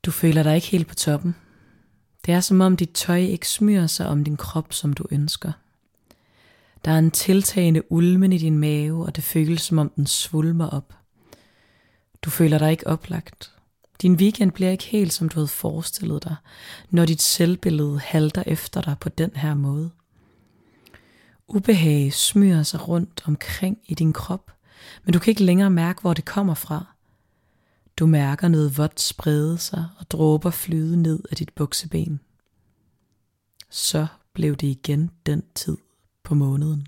Du føler dig ikke helt på toppen. Det er som om dit tøj ikke smyrer sig om din krop, som du ønsker. Der er en tiltagende ulmen i din mave, og det føles som om den svulmer op. Du føler dig ikke oplagt. Din weekend bliver ikke helt som du havde forestillet dig, når dit selvbillede halter efter dig på den her måde. Ubehag smyrer sig rundt omkring i din krop, men du kan ikke længere mærke, hvor det kommer fra. Du mærker noget vådt sprede sig og dråber flyde ned af dit bukseben. Så blev det igen den tid på måneden.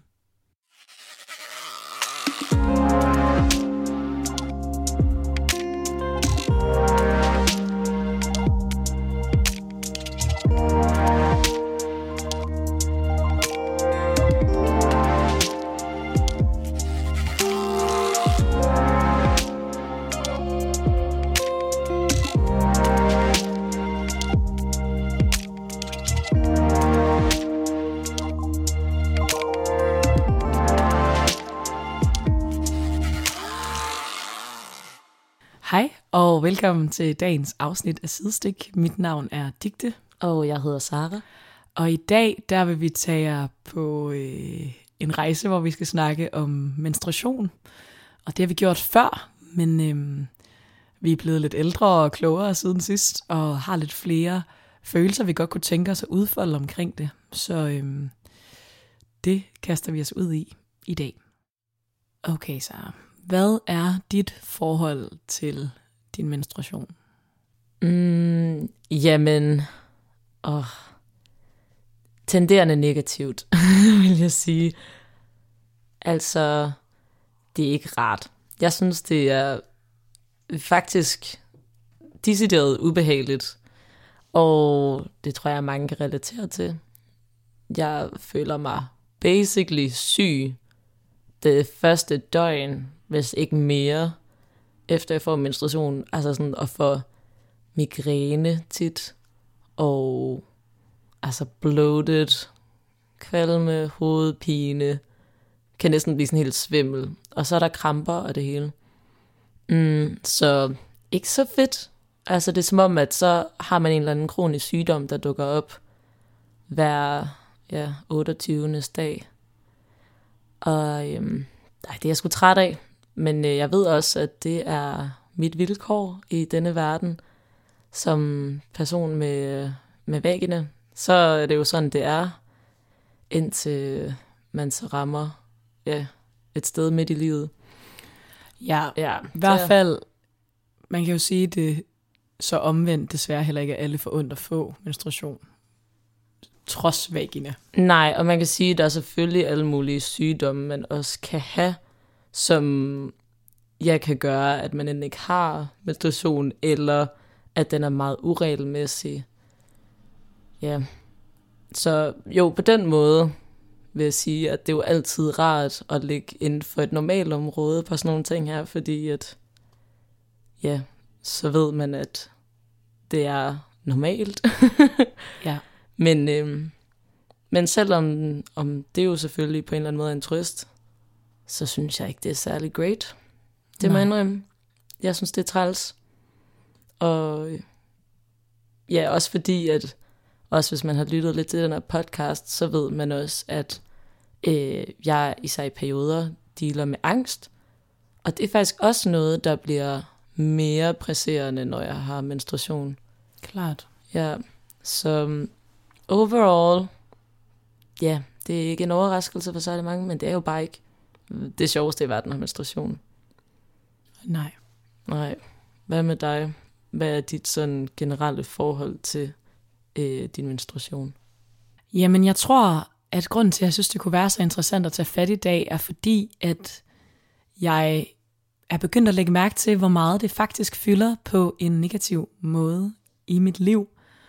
Hej og velkommen til dagens afsnit af Sidestik. Mit navn er Digte. Og jeg hedder Sara. Og i dag der vil vi tage jer på en rejse, hvor vi skal snakke om menstruation. Og det har vi gjort før, men vi er blevet lidt ældre og klogere siden sidst, og har lidt flere følelser, vi godt kunne tænke os at udfolde omkring det. Så det kaster vi os ud i dag. Okay, Sara. Hvad er dit forhold til din menstruation? Tenderende negativt, vil jeg sige. Altså, det er ikke rart. Jeg synes, det er faktisk decideret ubehageligt, og det tror jeg, mange kan relatere til. Jeg føler mig basically syg det første døgn, hvis ikke mere, efter jeg får menstruation, altså sådan at få migræne tit, og altså bloated, kvalme, hovedpine, kan næsten blive sådan helt svimmel, og så er der kramper og det hele. Så ikke så fedt. Altså det er som om, at så har man en eller anden kronisk sygdom, der dukker op hver 28. dag. Og det er jeg sgu træt af. Men jeg ved også, at det er mit vilkår i denne verden. Som person med vagina, så er det jo sådan, det er, indtil man så rammer et sted midt i livet. Ja, i hvert fald, man kan jo sige, det så omvendt desværre heller ikke, at alle får ondt at få menstruation. Trods vagina. Nej, og man kan sige, at der er selvfølgelig alle mulige sygdomme, man også kan have, som kan gøre, at man enten ikke har menstruation, eller at den er meget uregelmæssig. Ja. Så jo, på den måde vil jeg sige, at det er jo altid rart at ligge inden for et normalt område på sådan nogle ting her, fordi at, så ved man, at det er normalt. Ja. Men selvom det jo selvfølgelig på en eller anden måde er en trøst, så synes jeg ikke, det er særlig great. Det må jeg indrømme. Jeg synes, det er træls. Og også fordi, at også hvis man har lyttet lidt til den her podcast, så ved man også, at jeg især i perioder dealer med angst. Og det er faktisk også noget, der bliver mere presserende, når jeg har menstruation. Klart. Ja, så overall, det er ikke en overraskelse for særlig mange, men det er jo bare ikke det sjoveste i verden af menstruation. Nej. Hvad med dig? Hvad er dit sådan generelle forhold til din menstruation? Jamen, jeg tror, at grunden til, at jeg synes, det kunne være så interessant at tage fat i dag, er fordi, at jeg er begyndt at lægge mærke til, hvor meget det faktisk fylder på en negativ måde i mit liv.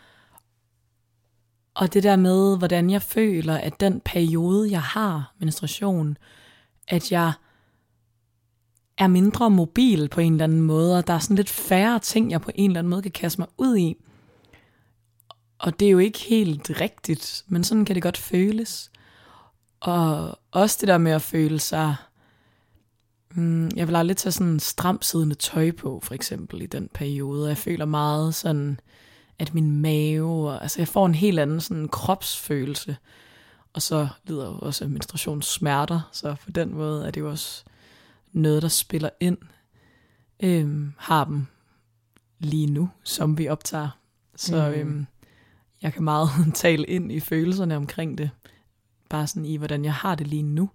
Og det der med, hvordan jeg føler, at den periode, jeg har menstruation, at jeg er mindre mobil på en eller anden måde, og der er sådan lidt færre ting, jeg på en eller anden måde kan kaste mig ud i. Og det er jo ikke helt rigtigt, men sådan kan det godt føles. Og også det der med at føle sig Jeg vil aldrig tage sådan stramt siddende tøj på, for eksempel, i den periode. Jeg føler meget sådan, at min mave, altså jeg får en helt anden sådan kropsfølelse. Og så lider jo også menstruationssmerter, så på den måde er det jo også noget, der spiller ind. Har dem lige nu, som vi optager. Så jeg kan meget tale ind i følelserne omkring det. Bare sådan i, hvordan jeg har det lige nu.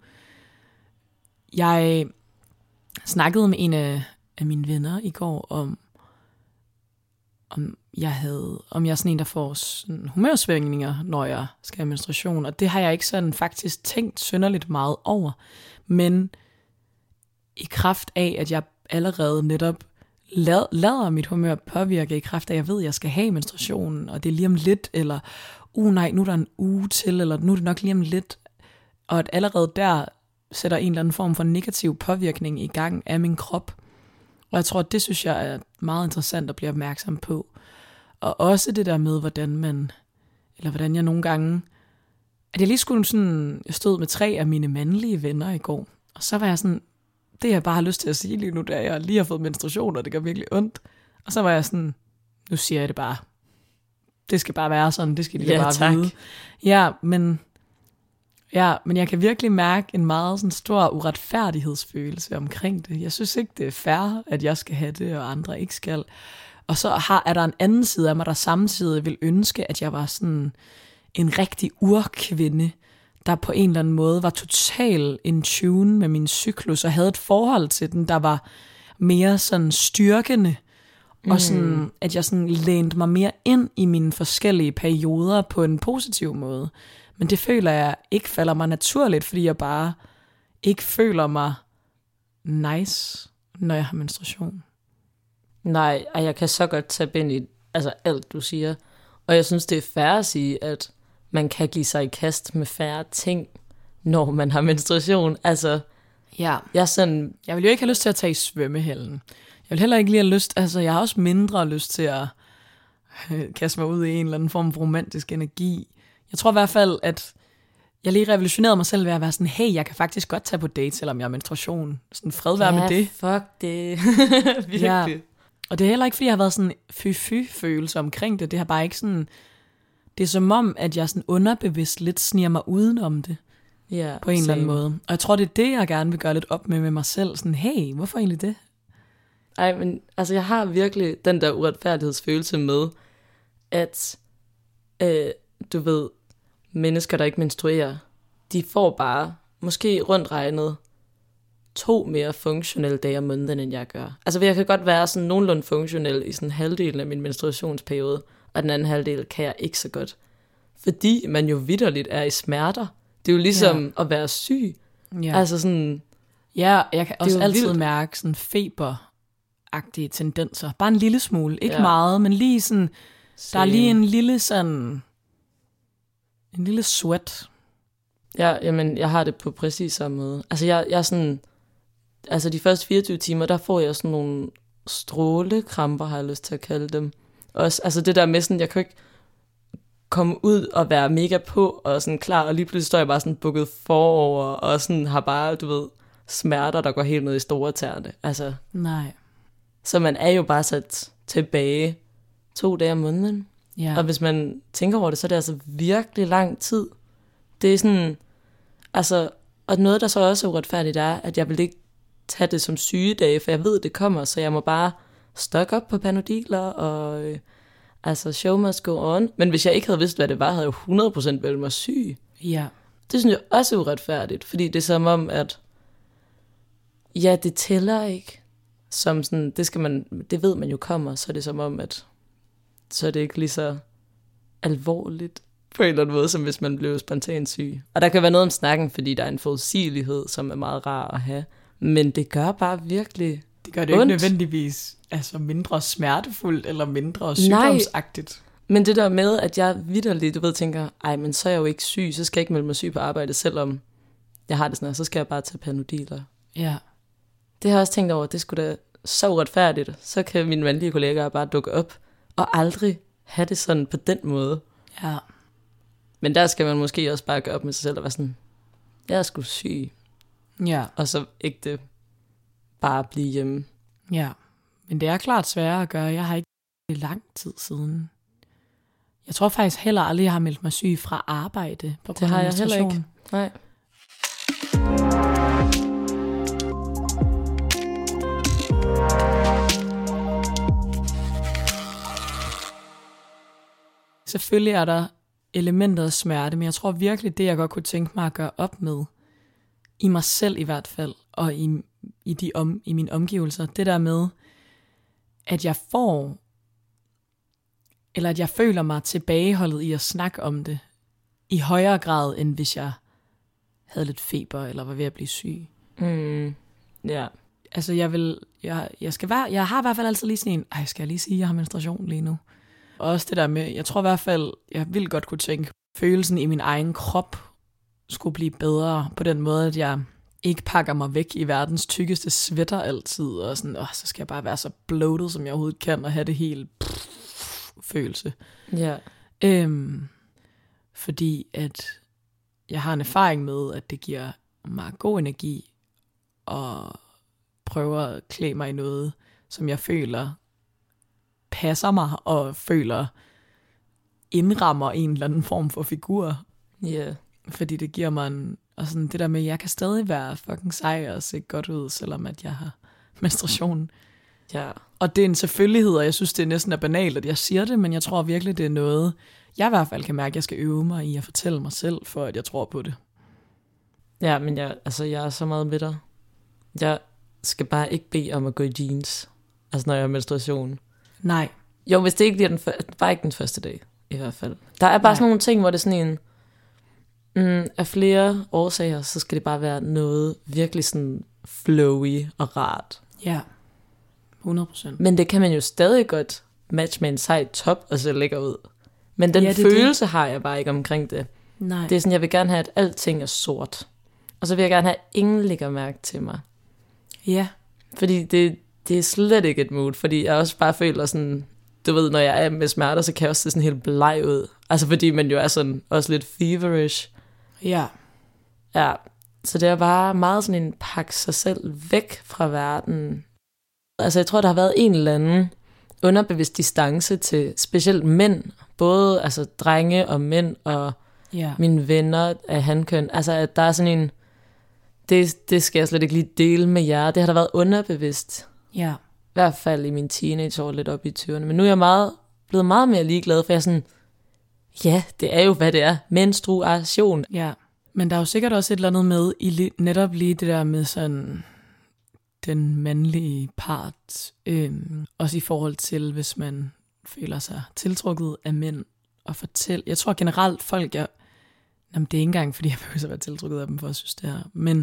Jeg snakkede med en af mine venner i går om jeg er sådan en, der får sådan humørsvingninger, når jeg skal have menstruation. Og det har jeg ikke sådan faktisk tænkt synderligt meget over. Men i kraft af, at jeg allerede netop lader mit humør påvirke, i kraft af, at jeg ved, at jeg skal have menstruationen, og det er lige om lidt, eller nej, nu er der en uge til, eller nu er det nok lige om lidt. Og at allerede der sætter en eller anden form for negativ påvirkning i gang af min krop. Og jeg tror, at det synes jeg er meget interessant at blive opmærksom på. Og også det der med, hvordan jeg nogle gange, at jeg lige skulle sådan, jeg stod med 3 af mine mandlige venner i går, og så var jeg sådan, det jeg bare har lyst til at sige lige nu, da jeg lige har fået menstruation, og det gør virkelig ondt. Og så var jeg sådan, nu siger jeg det bare. Det skal bare være sådan, det skal de bare tak. vide. Men jeg kan virkelig mærke en meget sådan stor uretfærdighedsfølelse omkring det. Jeg synes ikke, det er fair, at jeg skal have det, og andre ikke skal. Og så er der en anden side af mig, der samtidig vil ønske, at jeg var sådan en rigtig urkvinde, der på en eller anden måde var total in tune med min cyklus, og havde et forhold til den, der var mere sådan styrkende, og sådan, at jeg sådan lænede mig mere ind i mine forskellige perioder på en positiv måde. Men det føler jeg ikke falder mig naturligt, fordi jeg bare ikke føler mig nice, når jeg har menstruation. Nej, og jeg kan så godt tage ind i alt, du siger. Og jeg synes, det er fair at sige, at man kan give sig i kast med færre ting, når man har menstruation. Altså, ja. Jeg vil jo ikke have lyst til at tage i svømmehallen. Jeg vil heller ikke lige have lyst, jeg har også mindre lyst til at kaste mig ud i en eller anden form for romantisk energi. Jeg tror i hvert fald, at jeg lige revolutionerede mig selv ved at være sådan, hey, jeg kan faktisk godt tage på date, selvom jeg har menstruation. Sådan fred være med det. Fuck det. Virkelig. Ja. Og det er heller ikke, fordi jeg har været sådan fy-fy-følelse omkring det. Det har bare ikke sådan, det er som om, at jeg sådan underbevidst lidt sniger mig udenom det. Ja, på en eller anden måde. Og jeg tror, det er det, jeg gerne vil gøre lidt op med mig selv. Sådan, hey, hvorfor egentlig det? Ej, men jeg har virkelig den der uretfærdighedsfølelse med, at du ved, mennesker, der ikke menstruerer, de får bare, måske rundt regnet, 2 mere funktionelle dage om måneden, end jeg gør. Jeg kan godt være sådan nogenlunde funktionel i sådan halvdelen af min menstruationsperiode, og den anden halvdel kan jeg ikke så godt. Fordi man jo vitterligt er i smerter. Det er jo ligesom at være syg. Ja. Sådan... Ja, jeg kan også altid mærke sådan feberagtige tendenser. Bare en lille smule. Ikke meget, men lige sådan... Der er lige en lille sådan... En lille sweat. Ja, jamen, jeg har det på præcis samme måde. Jeg er sådan... de første 24 timer, der får jeg sådan nogle strålekramper, har jeg lyst til at kalde dem. Også, det der med sådan, jeg kan ikke komme ud og være mega på, og sådan klar, og lige pludselig står jeg bare sådan bukket forover, og sådan har bare, du ved, smerter, der går helt ned i store tæerne. Nej. Så man er jo bare sat tilbage 2 dage om måneden. Ja. Og hvis man tænker over det, så er det virkelig lang tid. Det er sådan, og noget, der så også er uretfærdigt, er, at jeg vil ikke tage det som sygedage, for jeg ved, det kommer, så jeg må bare stokke op på Panodiler, og show must go on. Men hvis jeg ikke havde vidst, hvad det var, havde jeg jo 100% valgt mig syg. Ja. Det synes jeg også er uretfærdigt, fordi det er som om, at ja, det tæller ikke. Som sådan, det ved man jo kommer, så er det som om, at så er det ikke lige så alvorligt på en eller anden måde, som hvis man blev spontant syg. Og der kan være noget om snakken, fordi der er en forudsigelighed, som er meget rar at have. Men det gør bare virkelig det gør det ondt. Ikke nødvendigvis mindre smertefuldt eller mindre sygdomsagtigt. Nej, men det der med, at jeg vitterligt, du ved, tænker, ej, men så er jeg jo ikke syg, så skal jeg ikke melde mig syg på arbejde, selvom jeg har det sådan her, så skal jeg bare tage Panodiler. Ja. Det har jeg også tænkt over, det skulle da så uretfærdigt. Så kan mine mandlige kollegaer bare dukke op og aldrig have det sådan på den måde. Ja. Men der skal man måske også bare gøre op med sig selv og være sådan, jeg er sgu syg. Ja. Og så ikke det bare blive hjemme. Ja, men det er klart sværere at gøre. Jeg har ikke i lang tid siden. Jeg tror faktisk heller aldrig, jeg har meldt mig syg fra arbejde. På Det har jeg heller ikke. Nej. Selvfølgelig er der elementer af smerte, men jeg tror virkelig, det jeg godt kunne tænke mig at gøre op med, i mig selv i hvert fald, og i mine omgivelser, det der med, at jeg at jeg føler mig tilbageholdet i at snakke om det, i højere grad, end hvis jeg havde lidt feber, eller var ved at blive syg. Ja. Altså jeg har i hvert fald altid lige sådan en, skal jeg lige sige, at jeg har menstruation lige nu? Og også det der med, jeg tror i hvert fald, jeg vil godt kunne tænke, følelsen i min egen krop skulle blive bedre på den måde, at jeg ikke pakker mig væk i verdens tykkeste sweater altid, og sådan, så skal jeg bare være så bloated, som jeg overhovedet kan, og have det helt følelse. Ja. Fordi at jeg har en erfaring med, at det giver mig god energi, og prøver at klæde mig i noget, som jeg føler passer mig, og føler indrammer en eller anden form for figur. Yeah. Fordi det giver mig og sådan det der med, at jeg kan stadig være fucking sej og se godt ud, selvom at jeg har menstruation. Ja. Og det er en selvfølgelighed, og jeg synes, det næsten er banalt, at jeg siger det, men jeg tror virkelig, det er noget, jeg i hvert fald kan mærke, at jeg skal øve mig i at fortælle mig selv, for at jeg tror på det. Ja, men jeg er så meget med dig. Jeg skal bare ikke bede om at gå i jeans, altså når jeg har menstruation. Nej. Jo, hvis det ikke bliver bare ikke den første dag, i hvert fald. Der er bare sådan nogle ting, hvor det er sådan en, af flere årsager, så skal det bare være noget virkelig sådan flowy og rart. Ja, 100%. Men det kan man jo stadig godt matche med en sej top, og se lækker ud. Men den følelse har jeg bare ikke omkring det. Nej. Det er sådan, jeg vil gerne have, at alting er sort. Og så vil jeg gerne have, at ingen lægger mærke til mig. Ja. Fordi det er slet ikke et mood, fordi jeg også bare føler sådan, du ved, når jeg er med smerter, så kan jeg også se sådan helt bleg ud. Altså fordi man jo er sådan også lidt feverish. Ja. Ja, så det er bare meget sådan en pakke sig selv væk fra verden. Altså jeg tror, der har været en eller anden underbevidst distance til specielt mænd. Både altså drenge og mænd og mine venner af hankøn. Altså at der er sådan en, det skal jeg slet ikke lige dele med jer. Det har der været underbevidst. Ja. I hvert fald i mine teenageår, lidt op i 20'erne. Men nu er jeg blevet meget mere ligeglad, for jeg er sådan, ja, det er jo, hvad det er. Menstruation. Ja, men der er jo sikkert også et eller andet med, i netop lige det der med sådan, den mandlige part. Også i forhold til, hvis man føler sig tiltrukket af mænd og fortælle. Jeg tror generelt folk, det er ikke engang, fordi jeg behøver at være tiltrukket af dem, for at synes det her. Men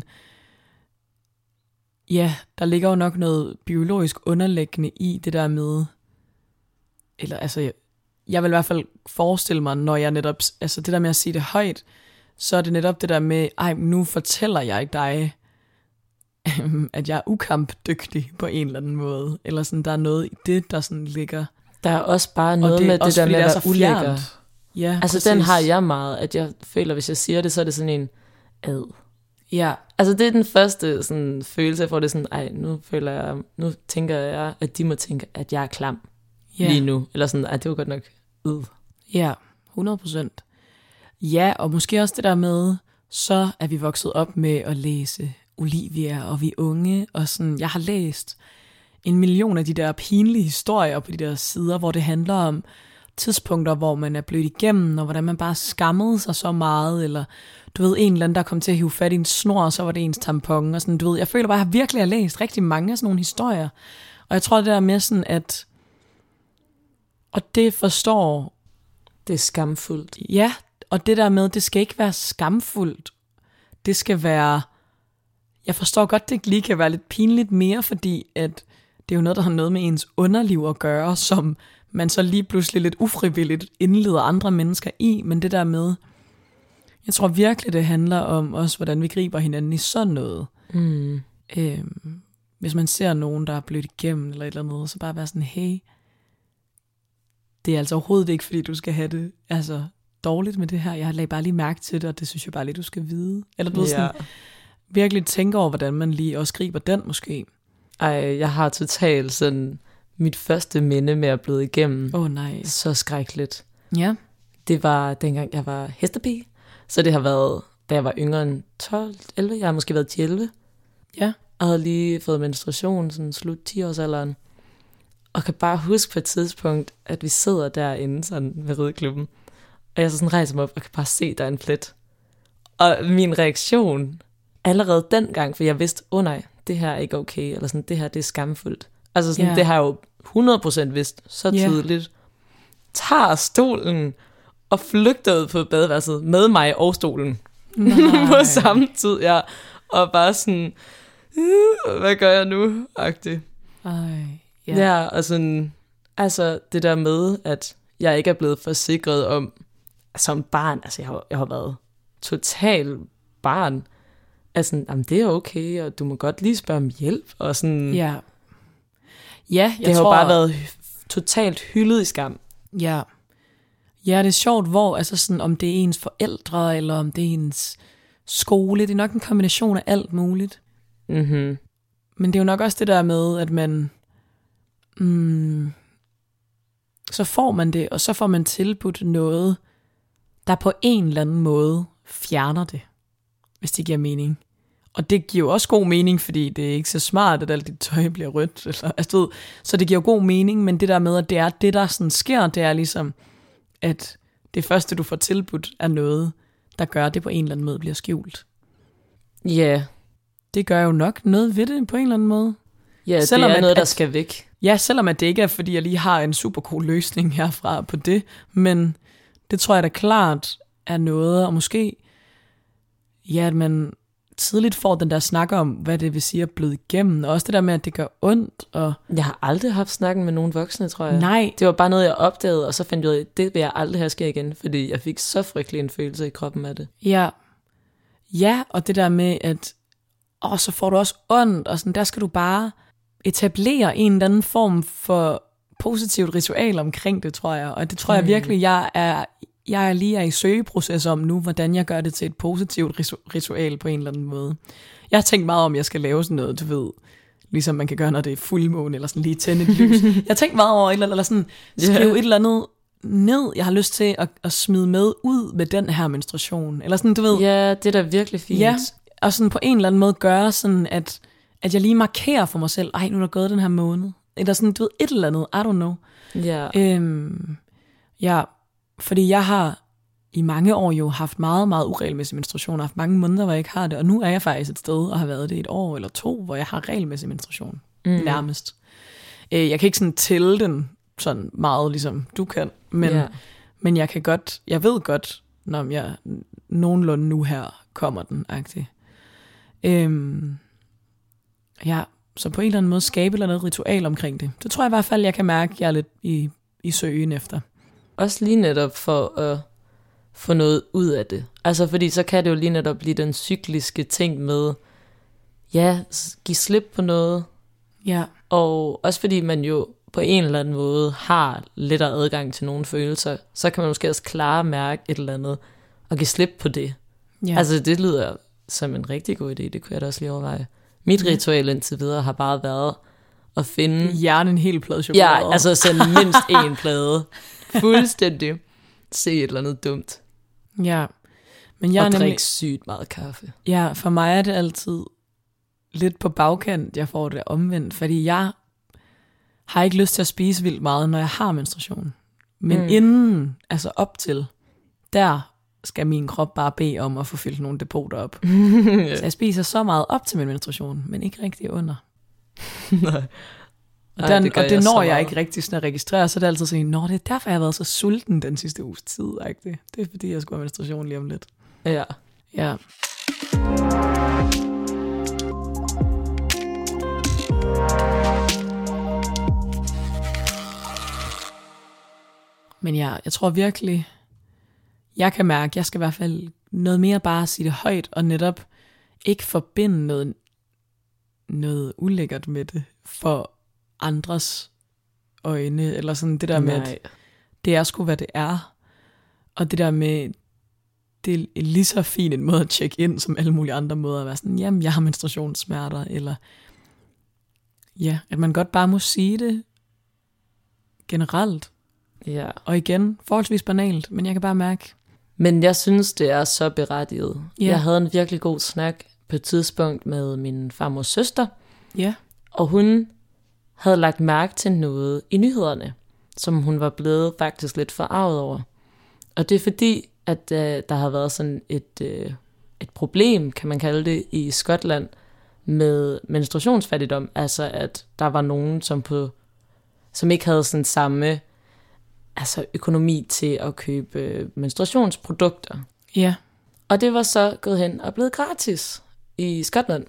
ja, der ligger jo nok noget biologisk underliggende i det der med, eller altså, jeg vil i hvert fald forestille mig, når jeg netop, altså det der med at sige det højt, så er det netop det der med, nu fortæller jeg ikke dig, at jeg er ukampdygtig på en eller anden måde. Eller sådan, der er noget i det, der sådan ligger. Der er også bare noget med det der med at være ulækker. Ja, altså præcis. Den har jeg meget, at jeg føler, hvis jeg siger det, så er det sådan en ad. Ja. Altså det er den første sådan, følelse, jeg får det sådan, nu tænker jeg, at de må tænke, at jeg er klam lige nu. Eller sådan, det var godt nok Ja, 100%. Ja, og måske også det der med, så er vi vokset op med at læse Olivia, og vi er unge, og sådan, jeg har læst 1 million af de der pinlige historier på de der sider, hvor det handler om tidspunkter, hvor man er blødt igennem, og hvordan man bare skammede sig så meget, eller du ved, en eller anden, der kom til at hive fat i en snor, og så var det ens tampon, og sådan, du ved, jeg føler bare, at jeg virkelig har læst rigtig mange af sådan nogle historier, og jeg tror det der med sådan, at, og det forstår, det er skamfuldt. Ja, og det der med, det skal ikke være skamfuldt, det skal være, jeg forstår godt, det lige kan være lidt pinligt mere, fordi at det er jo noget, der har noget med ens underliv at gøre, som man så lige pludselig lidt ufrivilligt indleder andre mennesker i, men det der med, jeg tror virkelig, det handler om også, hvordan vi griber hinanden i sådan noget. Hvis man ser nogen, der er blødt igennem, eller et eller andet, så bare være sådan, hey, det er altså overhovedet ikke, fordi du skal have det altså dårligt med det her. Jeg lagde bare lige mærke til det, og det synes jeg bare lige, du skal vide. Eller du ved sådan, virkelig tænke over, hvordan man lige også griber den måske. Jeg har totalt sådan mit første minde med at blive igennem. Nej. Så skrækkeligt. Ja. Det var dengang, jeg var hestepige. Så det har været, da jeg var yngre end 12-11. Jeg har måske været 11. Ja. Og havde lige fået menstruation, sådan slut 10-årsalderen. Og kan bare huske på et tidspunkt, at vi sidder derinde sådan ved Rideklubben. Og jeg så sådan rejser mig op og kan bare se, der er en plet. Og min reaktion allerede dengang, for jeg vidste, nej, det her er ikke okay, eller sådan, det her, det er skamfuldt. Altså sådan, det har jeg jo 100% vidst så tydeligt. Tager stolen og flygter ud på badeværelset med mig og stolen. På samme tid, ja. Og bare sådan, hvad gør jeg nu? Agtigt. Ja, og sådan, altså det der med, at jeg ikke er blevet forsikret om, som barn, altså jeg har været total barn, altså, jamen det er okay, og du må godt lige spørge om hjælp, og sådan. Ja, det har jo bare været totalt hyldet i skam. Ja, det er sjovt, hvor, altså sådan, om det er ens forældre, eller om det er ens skole, det er nok en kombination af alt muligt. Mm-hmm. Men det er jo nok også det der med, at man, så får man det, og så får man tilbudt noget, der på en eller anden måde fjerner det, hvis det giver mening. Og det giver jo også god mening, fordi det er ikke så smart, at alt dit tøj bliver rødt. Eller, altså, så det giver jo god mening, men det der med, at det er det, der sådan sker, det er ligesom, at det første, du får tilbudt, er noget, der gør, at det på en eller anden måde bliver skjult. Ja. Yeah. Det gør jo nok noget ved det på en eller anden måde. Ja, selvom det er noget, der skal væk. Ja, selvom at det ikke er, fordi jeg lige har en super cool løsning herfra på det, men det tror jeg da klart er noget, og måske, ja, at man tidligt får den der snak om, hvad det vil sige at bløde igennem, og også det der med, at det gør ondt. Og jeg har aldrig haft snakken med nogen voksne, tror jeg. Nej. Det var bare noget, jeg opdagede, og så fandt jeg ud af, det vil jeg aldrig have ske igen, fordi jeg fik så frygtelig en følelse i kroppen af det. Ja, og det der med, at så får du også ondt, og sådan, der skal du bare etablere en eller anden form for positivt ritual omkring det, tror jeg. Og det tror jeg virkelig, jeg er lige i søgeproces om nu, hvordan jeg gør det til et positivt ritual på en eller anden måde. Jeg har tænkt meget om, jeg skal lave sådan noget, du ved, ligesom man kan gøre, når det er fuldmåne, eller sådan lige tænde et lys. Jeg har tænkt meget over, eller sådan skrive et eller andet ned, jeg har lyst til at smide med ud med den her menstruation. Eller sådan, du ved. Ja, det er da virkelig fint. Ja, og sådan på en eller anden måde gøre sådan, at jeg lige markerer for mig selv, nu er der gået den her måned. Eller sådan, du ved, et eller andet, I don't know. Ja. Fordi jeg har i mange år jo haft meget, meget uregelmæssig menstruation, og haft mange måneder, hvor jeg ikke har det, og nu er jeg faktisk et sted, og har været det et år eller 2, hvor jeg har regelmæssig menstruation, nærmest. Jeg kan ikke sådan tælle den sådan meget, ligesom du kan, men jeg ved godt, når jeg nogenlunde nu her kommer den, agtig. Så på en eller anden måde skabe eller noget ritual omkring det. Det tror jeg i hvert fald, jeg kan mærke, jeg er lidt i søgen efter. Også lige netop for at få noget ud af det. Altså fordi så kan det jo lige netop blive den cykliske ting med, give slip på noget. Ja. Og også fordi man jo på en eller anden måde har lettere adgang til nogle følelser, så kan man måske også klare at mærke et eller andet, og give slip på det. Ja. Altså det lyder som en rigtig god idé, det kunne jeg da også lige overveje. Mit ritual indtil videre har bare været at finde en hel plade chokolade. Ja, altså sende mindst en plade. Fuldstændig. Se et eller andet dumt. Ja. Men jeg og drikke sygt meget kaffe. Ja, for mig er det altid lidt på bagkant, jeg får det omvendt, fordi jeg har ikke lyst til at spise vildt meget, når jeg har menstruation. Men inden, altså op til, der skal min krop bare bede om at få fyldt nogle depoter op. Så jeg spiser så meget op til min menstruation, men ikke rigtig under. Nej. Og det når jeg ikke rigtig sådan at registrere, så er det altid sådan, det er derfor, jeg har været så sulten den sidste uges tid. Ikke? Det er fordi, jeg skulle have menstruation lige om lidt. Ja. Men jeg tror virkelig, jeg kan mærke, jeg skal i hvert fald noget mere bare sige det højt, og netop ikke forbinde noget ulækkert med det for andres øjne, eller sådan det der med, at det er sgu, hvad det er. Og det der med, det er lige så fin en måde at tjekke ind, som alle mulige andre måder at være sådan, jamen, jeg har menstruationssmerter, eller Ja, at man godt bare må sige det generelt. Ja. Og igen, forholdsvis banalt, men jeg kan bare mærke. Men jeg synes, det er så berettiget. Ja. Jeg havde en virkelig god snak på et tidspunkt med min farmors søster, Ja, og hun havde lagt mærke til noget i nyhederne, som hun var blevet faktisk lidt forarvet over. Og det er fordi, at der har været sådan et problem, kan man kalde det, i Skotland med menstruationsfattigdom. Altså at der var nogen, som ikke havde sådan samme økonomi til at købe menstruationsprodukter. ja, Og det var så gået hen og blevet gratis i Skotland.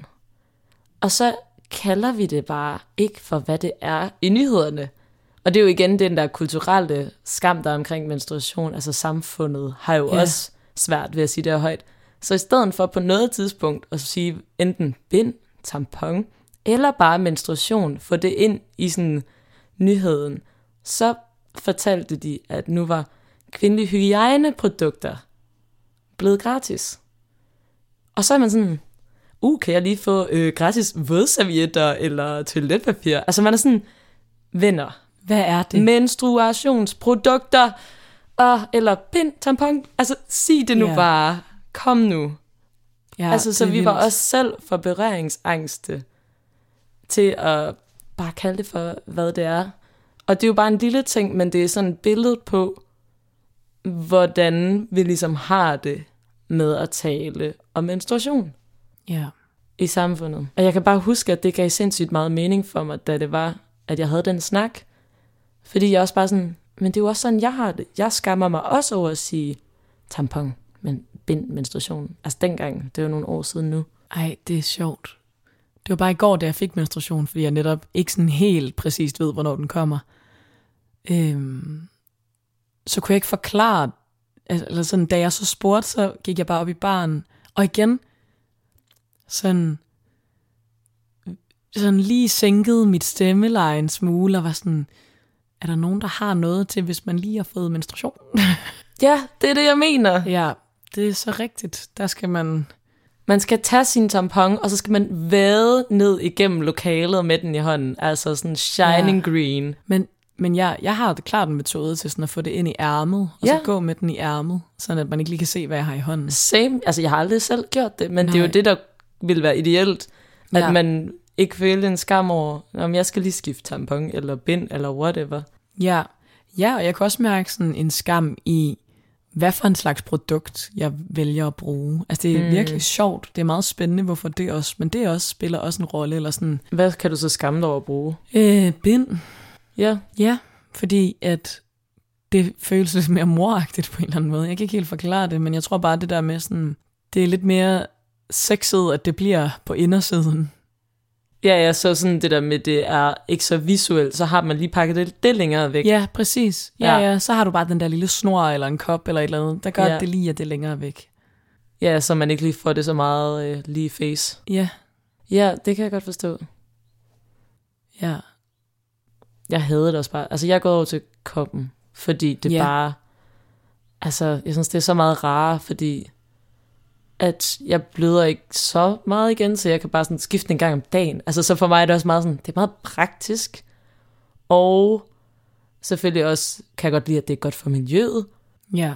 Og så kalder vi det bare ikke for, hvad det er i nyhederne. Og det er jo igen den der kulturelle skam, der er omkring menstruation. Altså samfundet har jo også svært ved at sige det her højt. Så i stedet for på noget tidspunkt at sige enten bind, tampon, eller bare menstruation, få det ind i sådan nyheden, så fortalte de, at nu var kvindelige hygiejneprodukter blevet gratis. Og så er man sådan, kan jeg lige få gratis vådservietter eller toiletpapir? Altså man er sådan, venner. hvad er det? Menstruationsprodukter, eller bind, tampon. Altså sig det nu bare. Kom nu. Ja, altså så vi var også selv for berøringsangste til at bare kalde det for, hvad det er. Og det er jo bare en lille ting, men det er sådan et billede på, hvordan vi ligesom har det med at tale om menstruation i samfundet. Og jeg kan bare huske, at det gav sindssygt meget mening for mig, da det var, at jeg havde den snak. Fordi jeg også bare sådan, men det er jo også sådan, jeg har det. Jeg skammer mig også over at sige tampon, men bind, menstruation. Altså dengang, det er jo nogle år siden nu. Ej, det er sjovt. Det var bare i går, da jeg fik menstruation, fordi jeg netop ikke sådan helt præcist ved, hvornår den kommer. Så kunne jeg ikke forklare, eller sådan, da jeg så spurgte, så gik jeg bare op i baren. Og igen, sådan lige sænkede mit stemmeleje en smule, og var sådan, er der nogen, der har noget til, hvis man lige har fået menstruation? Ja, det er det, jeg mener. Ja, det er så rigtigt. Der skal man... Man skal tage sin tampon, og så skal man vade ned igennem lokalet med den i hånden. Altså sådan shining green. Men jeg har det klart en metode til sådan at få det ind i ærmet, og så gå med den i ærmet, sådan at man ikke lige kan se, hvad jeg har i hånden. Same. Altså, jeg har aldrig selv gjort det, men det er jo det, der vil være ideelt. At man ikke føler en skam over, om jeg skal lige skifte tampon, eller bind, eller whatever. Ja, og jeg kan også mærke sådan en skam i, hvad for en slags produkt, jeg vælger at bruge. Altså, det er virkelig sjovt. Det er meget spændende, hvorfor det også, men det også spiller også en rolle, eller sådan. Hvad kan du så skamme dig over at bruge? Bind. Ja, fordi at det føles lidt mere moragtigt på en eller anden måde. Jeg kan ikke helt forklare det, men jeg tror bare, det der med sådan, det er lidt mere sexet, at det bliver på indersiden. Ja, så sådan det der med, det er ikke så visuelt, så har man lige pakket det længere væk. Ja, præcis. Ja, så har du bare den der lille snor eller en kop eller et eller andet, der gør det lige, at det er længere væk. Ja, så man ikke lige får det så meget lige face. Ja, det kan jeg godt forstå. Ja. Jeg hader det også bare. Altså, jeg går over til koppen, fordi det bare... Altså, jeg synes, det er så meget rarere, fordi at jeg bløder ikke så meget igen, så jeg kan bare sådan skifte en gang om dagen. Altså, så for mig er det også meget sådan, det er meget praktisk. Og selvfølgelig også kan jeg godt lide, at det er godt for miljøet. Ja.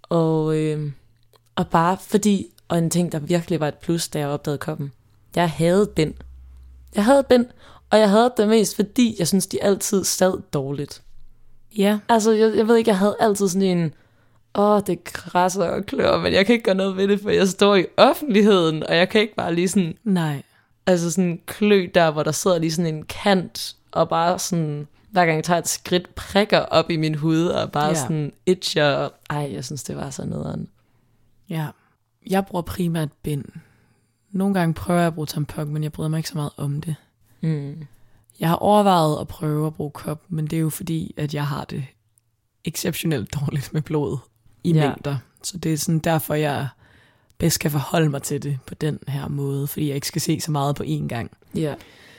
Og bare fordi, og en ting, der virkelig var et plus, da jeg opdagede koppen. Jeg havde bind. Og jeg havde det mest, fordi jeg synes, de altid sad dårligt. Ja. Altså, jeg ved ikke, jeg havde altid sådan en, det krasser og klør, men jeg kan ikke gøre noget ved det, for jeg står i offentligheden, og jeg kan ikke bare lige sådan... Nej. Altså sådan klø der, hvor der sidder lige sådan en kant, og bare sådan, hver gang jeg tager et skridt, prikker op i min hud, og bare sådan itcher. Jeg synes, det var så nederen. Ja. Jeg bruger primært bind. Nogle gange prøver jeg at bruge tampon, men jeg bryder mig ikke så meget om det. Jeg har overvejet at prøve at bruge kop, men det er jo fordi, at jeg har det exceptionelt dårligt med blod i mængder. Så det er sådan derfor, jeg bedst kan forholde mig til det på den her måde, fordi jeg ikke skal se så meget på én gang. Ja.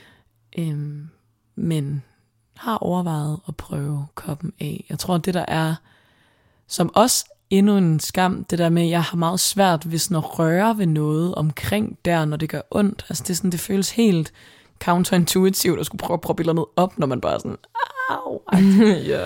Men har overvejet at prøve koppen af. Jeg tror, det der er, som også endnu en skam, det der med, at jeg har meget svært ved sådan at røre ved noget omkring der, når det gør ondt. Altså det er sådan, det føles helt counterintuitivt at skulle prøve at proppe et eller andet op, når man bare er sådan, au. Ja.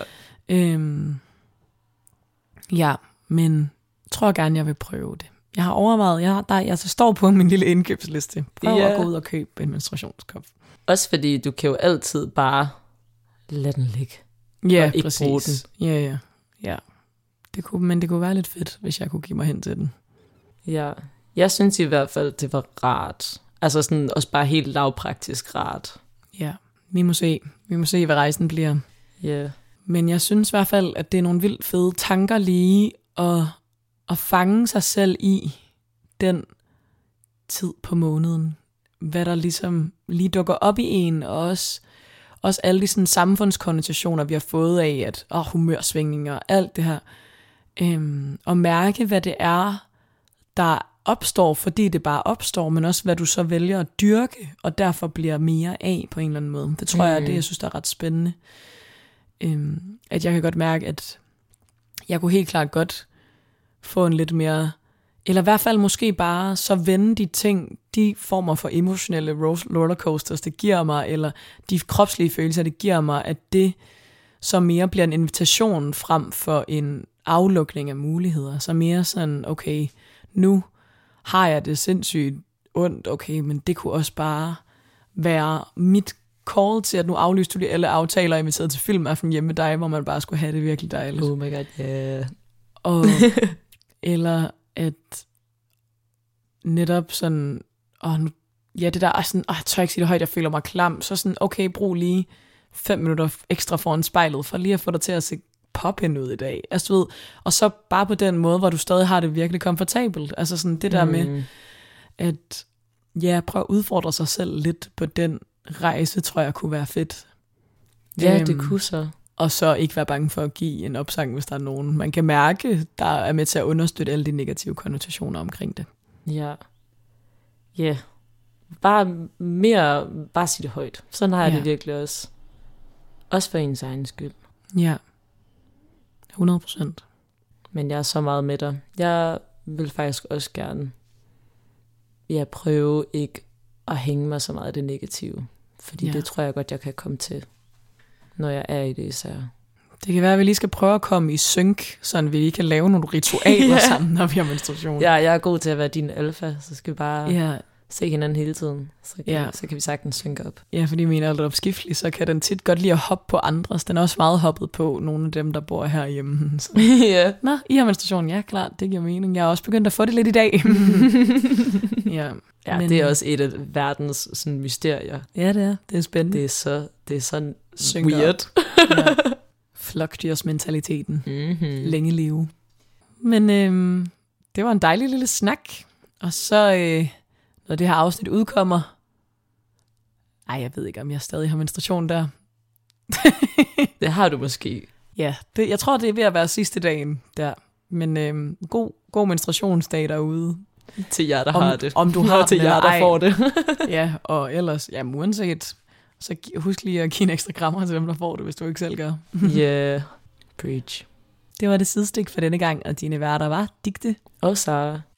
Ja, men tror gerne, jeg vil prøve det. Jeg har overvejet, jeg står på min lille indkøbsliste. Prøv at gå ud og købe en menstruationskop. Også fordi du kan jo altid bare lade den ligge. Ja, ikke præcis. bruge den. Ja. Men det kunne være lidt fedt, hvis jeg kunne give mig hen til den. Ja, jeg synes i hvert fald, det var rart. Altså sådan også bare helt lavpraktisk rart. Ja, vi må se, hvad rejsen bliver. Ja. Yeah. Men jeg synes i hvert fald, at det er nogle vildt fede tanker lige at fange sig selv i den tid på måneden. Hvad der ligesom lige dukker op i en, og også alle de sådan samfundskonnotationer, vi har fået af, at humørsvingninger og alt det her. Og mærke, hvad det er, der opstår, fordi det bare opstår, men også hvad du så vælger at dyrke, og derfor bliver mere af på en eller anden måde. Det tror jeg er det, jeg synes, der er ret spændende. At jeg kan godt mærke, at jeg kunne helt klart godt få en lidt mere, eller i hvert fald måske bare så vende de ting, de former for emotionelle rollercoasters, det giver mig, eller de kropslige følelser, det giver mig, at det så mere bliver en invitation frem for en aflukning af muligheder. Så mere sådan, okay, nu har jeg det sindssygt ondt, okay, men det kunne også bare være mit call til, at nu aflyste du lige alle aftaler og inviteret til filmaften hjemme med dig, hvor man bare skulle have det virkelig dejligt. Oh my god, yeah. Og, eller at netop sådan, det der er sådan, jeg tør ikke sige det højt, jeg føler mig klam, så sådan, okay, brug lige 5 minutter ekstra foran spejlet, for lige at få dig til at se poppen ud i dag. Altså, du ved, og så bare på den måde, hvor du stadig har det virkelig komfortabelt. Altså sådan det der med, at prøv at udfordre sig selv lidt på den rejse, tror jeg kunne være fedt. Ja, det kunne så. Og så ikke være bange for at give en opsang, hvis der er nogen, man kan mærke, der er med til at understøtte alle de negative konnotationer omkring det. Ja. Ja. Bare sige det højt. Sådan har jeg det virkelig også. Også for ens egen skyld. Ja. 100%. Men jeg er så meget med dig. Jeg vil faktisk også gerne prøve ikke at hænge mig så meget af det negative. Fordi det tror jeg godt, jeg kan komme til, når jeg er i det især. Det kan være, at vi lige skal prøve at komme i synk, så vi lige kan lave nogle ritualer sammen, når vi har menstruation. Ja, jeg er god til at være din alfa, så skal vi bare se hinanden hele tiden. Så kan vi sagtens synke op. Ja, fordi min er lidt opskiftelig, så kan den tit godt lide at hoppe på andres. Den er også meget hoppet på nogle af dem, der bor herhjemme. Så. Ja. Nå, I har menstruation. Ja, klart, det giver mening. Jeg har også begyndt at få det lidt i dag. Ja, men det er også et af verdens sådan, mysterier. Ja, det er. Det er spændende. Det er sådan synker weird. Ja. Flokdyrsmentaliteten. Længe leve. Men det var en dejlig lille snak. Og så, når det her afsnit udkommer... jeg ved ikke, om jeg stadig har menstruation der. Det har du måske. Ja, jeg tror, det er ved at være sidste dagen der. Men god menstruationsdag derude. Til jer, der har det. Om du har til jer, der får det. Ja, og ellers, uanset... Så husk lige at give en ekstra krammer til dem, der får det, hvis du ikke selv gør. Yeah, preach. Det var det sidestik for denne gang, og dine værter var Digte og Sara.